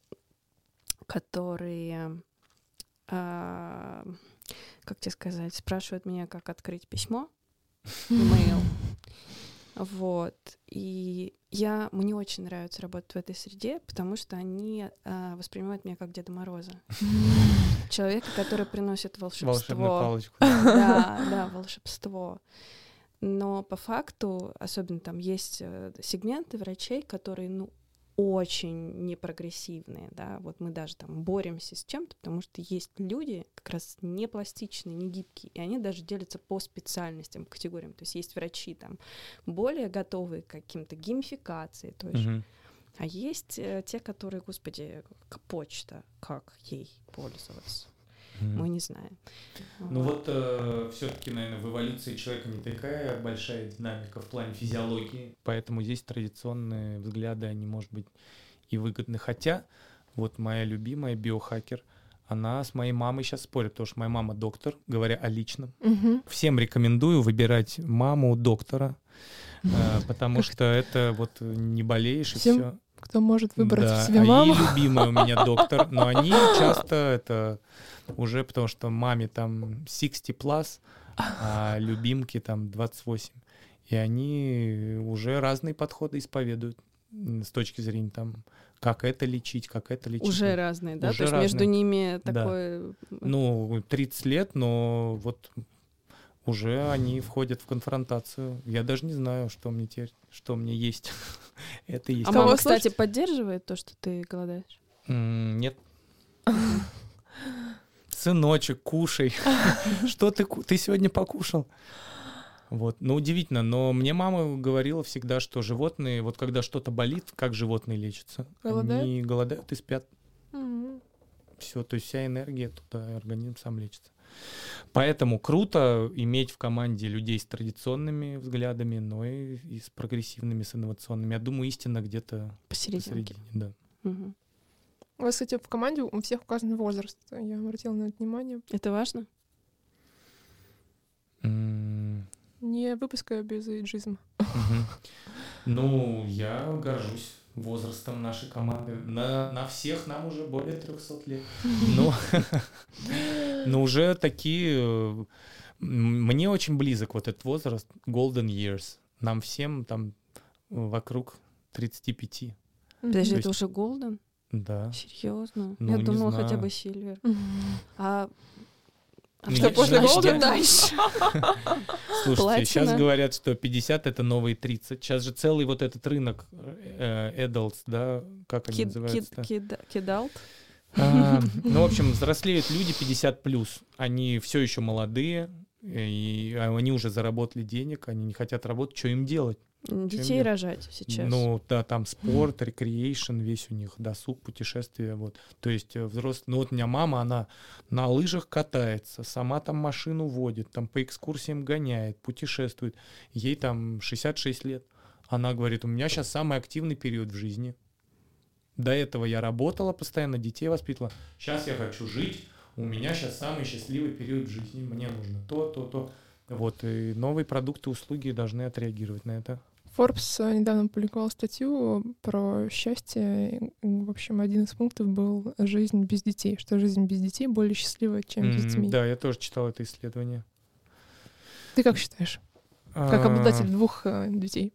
которые, как тебе сказать, спрашивают меня, как открыть письмо, email. Вот. И мне очень нравится работать в этой среде, потому что они воспринимают меня как Деда Мороза. Человека, который приносит волшебство. Волшебную палочку. Да, волшебство. Но по факту, особенно там есть сегменты врачей, которые, очень непрогрессивные, да, вот мы даже там боремся с чем-то, потому что есть люди как раз не пластичные, не гибкие, и они даже делятся по специальностям, категориям, то есть есть врачи там более готовые к каким-то геймификации, то есть, а есть те, которые, господи, почта, как ей пользоваться. Мы не знаем. Ну вот все-таки, наверное, в эволюции человека не такая большая динамика в плане физиологии, поэтому здесь традиционные взгляды, они, может быть, и выгодны. Хотя вот моя любимая биохакер, она с моей мамой сейчас спорит, потому что моя мама доктор, говоря о личном. Всем рекомендую выбирать маму доктора, потому что это вот не болеешь и все. Кто может выбрать себе маму. И любимая у меня доктор, но они часто это уже потому, что маме там 60+, а любимке там 28. И они уже разные подходы исповедуют с точки зрения там, как это лечить, как это лечить. Уже разные, да? Уже то есть разные. между ними такое... Ну, 30 лет, но вот уже они входят в конфронтацию. Я даже не знаю, что мне теперь, что мне есть. Это есть. А мама, кстати, поддерживает то, что ты голодаешь? Нет. Сыночек, кушай. Что ты сегодня покушал? Вот. Ну, удивительно, но мне мама говорила всегда, что животные, вот когда что-то болит, как животные лечатся? Голодают? Они голодают и спят. Все, то есть вся энергия туда, и организм сам лечится. Поэтому круто иметь в команде людей с традиционными взглядами, но и с прогрессивными, с инновационными. Я думаю, истина где-то посередине. Да. У вас, кстати, в команде у всех указан возраст. Я обратила на это внимание. Это важно? Не выпускаю без эйджизма. Ну, я горжусь возрастом нашей команды. На всех нам уже более 300 лет. Но уже такие... Мне очень близок вот этот возраст, golden years. Нам всем там вокруг 35. Подожди, это уже golden? Да. Серьезно? Ну, я думала, знаю. хотя бы silver. А что после голда дальше? Слушайте, Платина. сейчас говорят, что 50 — это новые 30. Сейчас же целый вот этот рынок adults, да, как они называются? Кидалт? Ну, в общем, взрослеют люди 50+. Они все еще молодые, и они уже заработали денег, они не хотят работать. Что им делать? Детей рожать сейчас. Ну, да, там спорт, рекреейшн, весь у них, досуг, путешествия, вот. То есть взрослые... Ну, вот у меня мама, она на лыжах катается, сама там машину водит, там по экскурсиям гоняет, путешествует. Ей там 66 лет. Она говорит, у меня сейчас самый активный период в жизни. До этого я работала постоянно, детей воспитывала. Сейчас я хочу жить, у меня сейчас самый счастливый период в жизни. Мне нужно то. Вот, и новые продукты, услуги должны отреагировать на это. Forbes недавно публиковал статью про счастье. В общем, один из пунктов был жизнь без детей, что жизнь без детей более счастливая, чем с детьми. Да, я тоже читал это исследование. Ты как считаешь? Как обладатель 2 детей?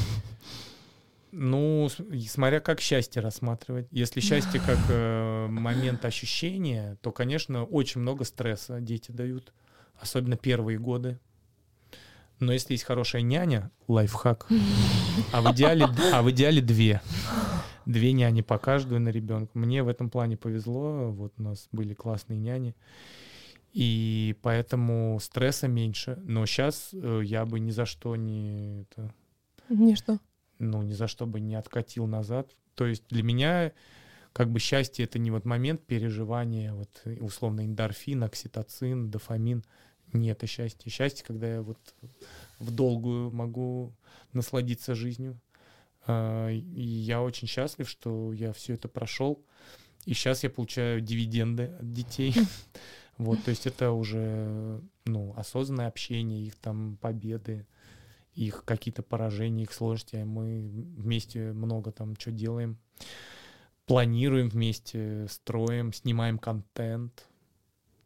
Ну, смотря как счастье рассматривать. Если счастье как момент ощущения, то, конечно, очень много стресса дети дают, особенно первые годы. Но если есть хорошая няня, лайфхак, а в идеале 2. 2 няни по каждую на ребенка. Мне в этом плане повезло, вот у нас были классные няни, и поэтому стресса меньше. Но сейчас я бы ни за что не... Ни за что бы не откатил назад. То есть для меня как бы счастье — это не вот момент переживания, вот условно эндорфин, окситоцин, дофамин. Нет, это счастье. Счастье, когда я вот в долгую могу насладиться жизнью. И я очень счастлив, что я все это прошел. И сейчас я получаю дивиденды от детей. Вот, то есть это уже, осознанное общение, их там победы, их какие-то поражения, их сложности. Мы вместе много там что делаем. Планируем вместе, строим, снимаем контент.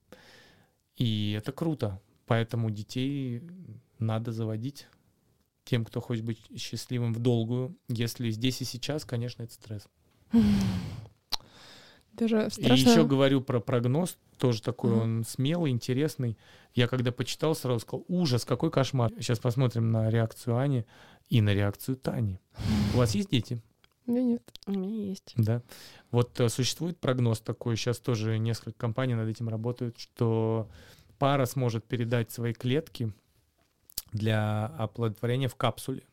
И это круто. Поэтому детей надо заводить. тем, кто хочет быть счастливым в долгую. Если здесь и сейчас, конечно, это стресс. Даже И страшно. еще говорю про прогноз, тоже такой он смелый, интересный. Я когда почитал, сразу сказал, ужас, какой кошмар. Сейчас посмотрим на реакцию Ани и на реакцию Тани. У вас есть дети? У меня нет. У меня есть. Да. Вот существует прогноз такой, сейчас тоже несколько компаний над этим работают, что пара сможет передать свои клетки для оплодотворения в капсуле.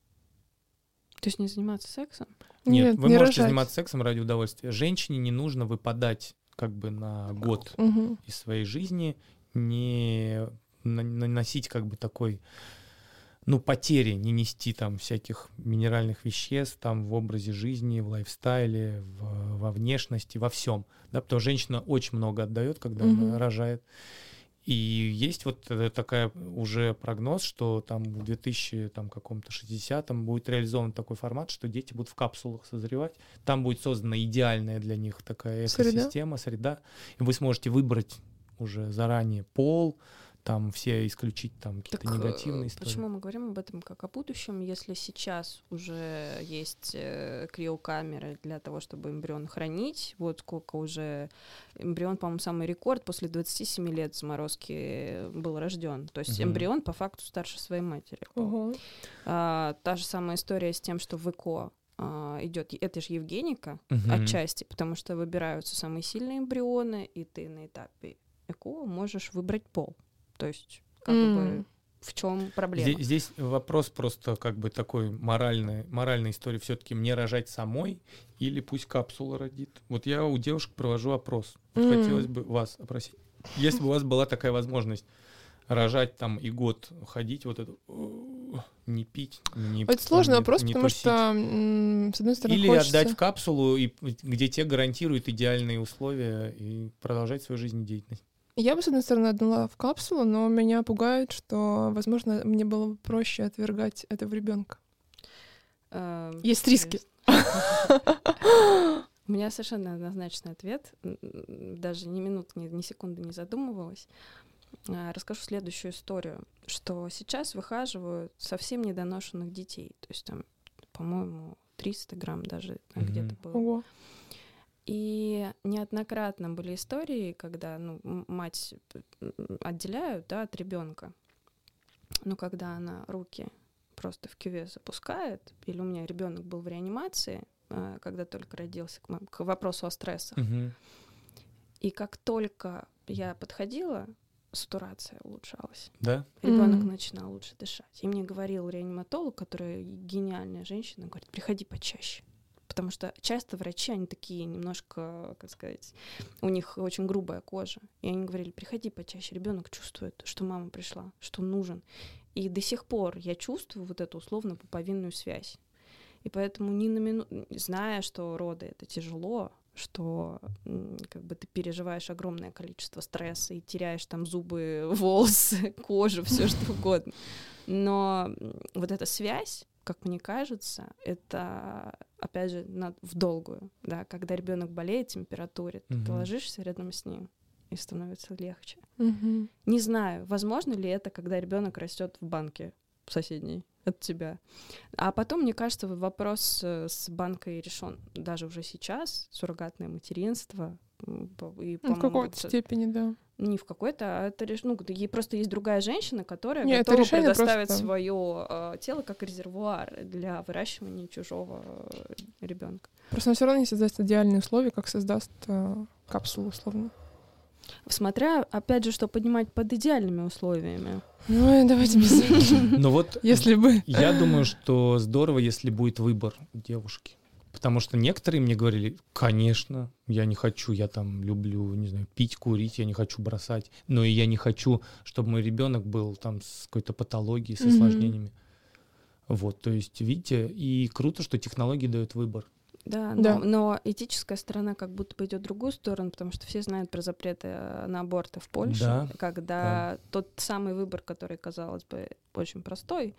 То есть не заниматься сексом? Нет, вы не можете рожать. заниматься сексом ради удовольствия. Женщине не нужно выпадать как бы на год Мгм. из своей жизни, не наносить как бы такой, потери, не нести там всяких минеральных веществ там в образе жизни, в лайфстайле, во внешности, во всем. Да, потому что женщина очень много отдает, когда она рожает. И есть вот такая уже прогноз, что там в 2060-м будет реализован такой формат, что дети будут в капсулах созревать. Там будет создана идеальная для них такая экосистема, среда. И вы сможете выбрать уже заранее пол, там все исключить там какие-то негативные истории. Почему мы говорим об этом как о будущем, если сейчас уже есть криокамеры для того, чтобы эмбрион хранить? Вот сколько уже эмбрион, по-моему, самый рекорд после 27 лет заморозки был рожден. То есть эмбрион по факту старше своей матери. Та же самая история с тем, что в ЭКО идет, это же Евгеника отчасти, потому что выбираются самые сильные эмбрионы, и ты на этапе ЭКО можешь выбрать пол. То есть, как бы, в чем проблема? Здесь вопрос просто как бы такой моральной истории. Все-таки мне рожать самой или пусть капсула родит? Вот я у девушек провожу опрос. Хотелось бы вас опросить. Если бы у вас была такая возможность рожать там и год ходить, вот это не пить, не Это сложный вопрос, не потому тусить. что, с одной стороны, Или хочется... отдать в капсулу, где те гарантируют идеальные условия и продолжать свою жизнедеятельность. Я бы, с одной стороны, отдала в капсулу, но меня пугает, что, возможно, мне было бы проще отвергать этого ребенка. Есть риски. У меня совершенно однозначный ответ. Даже ни минуты, ни секунды не задумывалась. Расскажу следующую историю, что сейчас выхаживают совсем недоношенных детей. То есть там, по-моему, 300 грамм даже где-то было. Ого. И неоднократно были истории, когда мать отделяют, да, от ребенка. Но когда она руки просто в кювет запускает, или у меня ребенок был в реанимации, когда только родился, к вопросу о стрессах. И как только я подходила, сатурация улучшалась. Да? Ребенок начинал лучше дышать. И мне говорил реаниматолог, которая гениальная женщина, говорит, приходи почаще. Потому что часто врачи, они такие немножко, как сказать, у них очень грубая кожа. И они говорили, приходи почаще, ребенок чувствует, что мама пришла, что он нужен. И до сих пор я чувствую вот эту условно-пуповинную связь. И поэтому ни на минуту, зная, что роды — это тяжело, что как бы ты переживаешь огромное количество стресса и теряешь там зубы, волосы, кожу, все что угодно. Но вот эта связь, как мне кажется, это, опять же, в долгую, да, когда ребенок болеет, температурит, ты ложишься рядом с ним, и становится легче. Не знаю, возможно ли это, когда ребенок растет в банке соседней от тебя. А потом, мне кажется, вопрос с банкой решен. Даже уже сейчас суррогатное материнство. И, в какой-то степени, да. Не в какой-то, а это ей просто есть другая женщина, которая Нет, готова предоставить просто... свое тело как резервуар для выращивания чужого ребенка. Просто он все равно не создаст идеальные условия, как создаст капсулу, условно. Смотря, опять же, что понимать под идеальными условиями. Ну, давайте без... Ну вот, если бы... Я думаю, что здорово, если будет выбор у девушки. Потому что некоторые мне говорили, конечно, я не хочу, я там люблю, не знаю, пить, курить, я не хочу бросать, но и я не хочу, чтобы мой ребенок был там с какой-то патологией, с осложнениями. Вот, то есть, видите, и круто, что технологии дают выбор. Да, но этическая сторона как будто бы идет в другую сторону, потому что все знают про запреты на аборты в Польше, когда тот самый выбор, который, казалось бы, очень простой,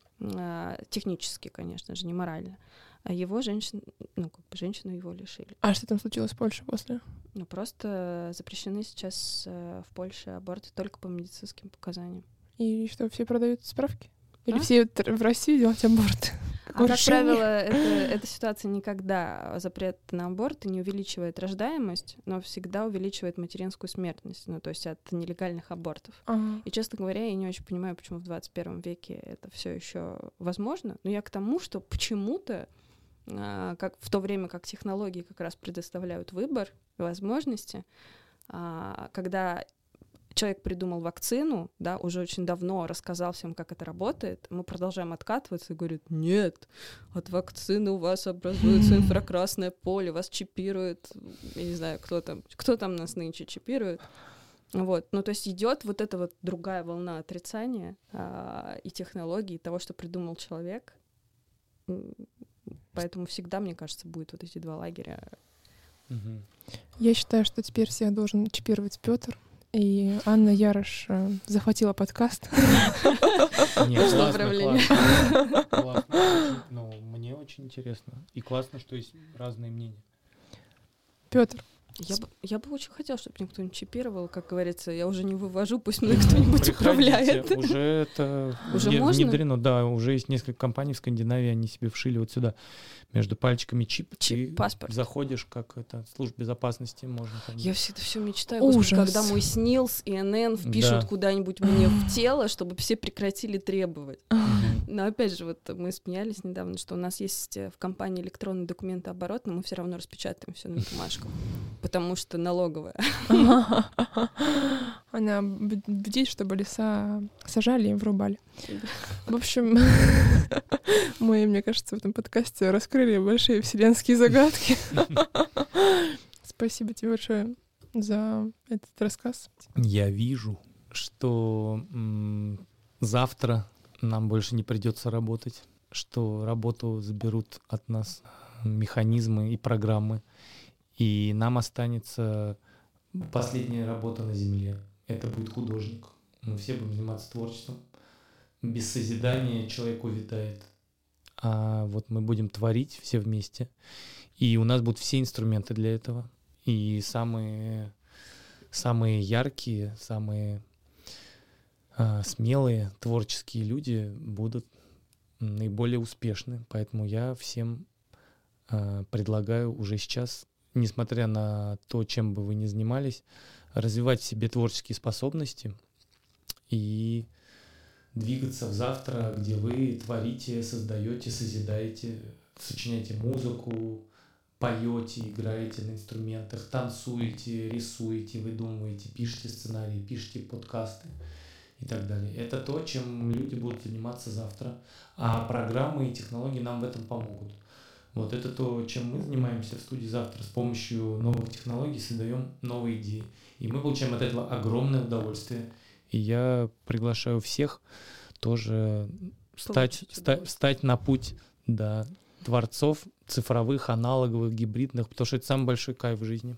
технически, конечно же, не морально, а его женщину женщину его лишили. А что там случилось в Польше после? Просто запрещены сейчас в Польше аборты только по медицинским показаниям. И что, все продают справки? Или все в Россию делать аборт? Как правило, эта ситуация никогда, запрет на аборт, не увеличивает рождаемость, но всегда увеличивает материнскую смертность, ну, то есть от нелегальных абортов. И, честно говоря, я не очень понимаю, почему в 21 веке это все еще возможно. Но я к тому, что почему-то, как в то время как технологии как раз предоставляют выбор и возможности, когда человек придумал вакцину, да, уже очень давно рассказал всем, как это работает, мы продолжаем откатываться и говорят: нет, от вакцины у вас образуется инфракрасное поле, вас чипируют, я не знаю, кто там нас нынче чипирует. Вот, ну то есть идет вот эта вот другая волна отрицания и технологий, и того, что придумал человек. Поэтому всегда, мне кажется, будет вот эти два лагеря. Я считаю, что теперь всех должен чипировать Пётр. И Анна Ярош захватила подкаст. Нет, классно. Ну, мне очень интересно. И классно, что есть разные мнения. Пётр. Я бы очень хотела, чтобы меня кто-нибудь чипировал, как говорится. Я уже не вывожу, пусть меня кто-нибудь управляет. Уже это можно? внедрено, да. Уже есть несколько компаний в Скандинавии, они себе вшили вот сюда между пальчиками чип. Паспорт. Заходишь, как это, служба безопасности можно. Я всегда все мечтаю, господи, когда мой СНИЛС и НН впишут куда-нибудь мне в тело, чтобы все прекратили требовать. Но опять же, вот мы смеялись недавно, что у нас есть в компании электронный документооборот, но мы все равно распечатаем все на бумажках, потому что налоговая. Она бдит, чтобы леса сажали и врубали. В общем, мы, мне кажется, в этом подкасте раскрыли большие вселенские загадки. Спасибо тебе большое за этот рассказ. Я вижу, что завтра нам больше не придется работать, что работу заберут от нас механизмы и программы, и нам останется последняя работа на земле. Это будет художник. Мы все будем заниматься творчеством. Без созидания человек увядает. А вот мы будем творить все вместе. И у нас будут все инструменты для этого. И самые яркие, самые смелые творческие люди будут наиболее успешны. Поэтому я всем предлагаю уже сейчас, несмотря на то, чем бы вы ни занимались, развивать в себе творческие способности и двигаться в завтра, где вы творите, создаете, созидаете, сочиняете музыку, поете, играете на инструментах, танцуете, рисуете, выдумываете, пишете сценарии, пишете подкасты и так далее. Это то, чем люди будут заниматься завтра, а программы и технологии нам в этом помогут. Вот это то, чем мы занимаемся в студии завтра. С помощью новых технологий создаем новые идеи. И мы получаем от этого огромное удовольствие. И я приглашаю всех тоже встать на путь творцов цифровых, аналоговых, гибридных, потому что это самый большой кайф в жизни.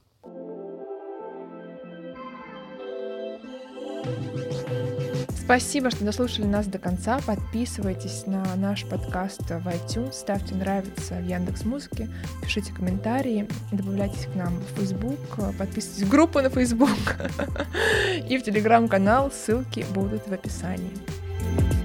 Спасибо, что дослушали нас до конца. Подписывайтесь на наш подкаст в iTunes, ставьте нравится в Яндекс.Музыке, пишите комментарии, добавляйтесь к нам в Facebook, подписывайтесь в группу на Facebook и в Telegram-канал. Ссылки будут в описании.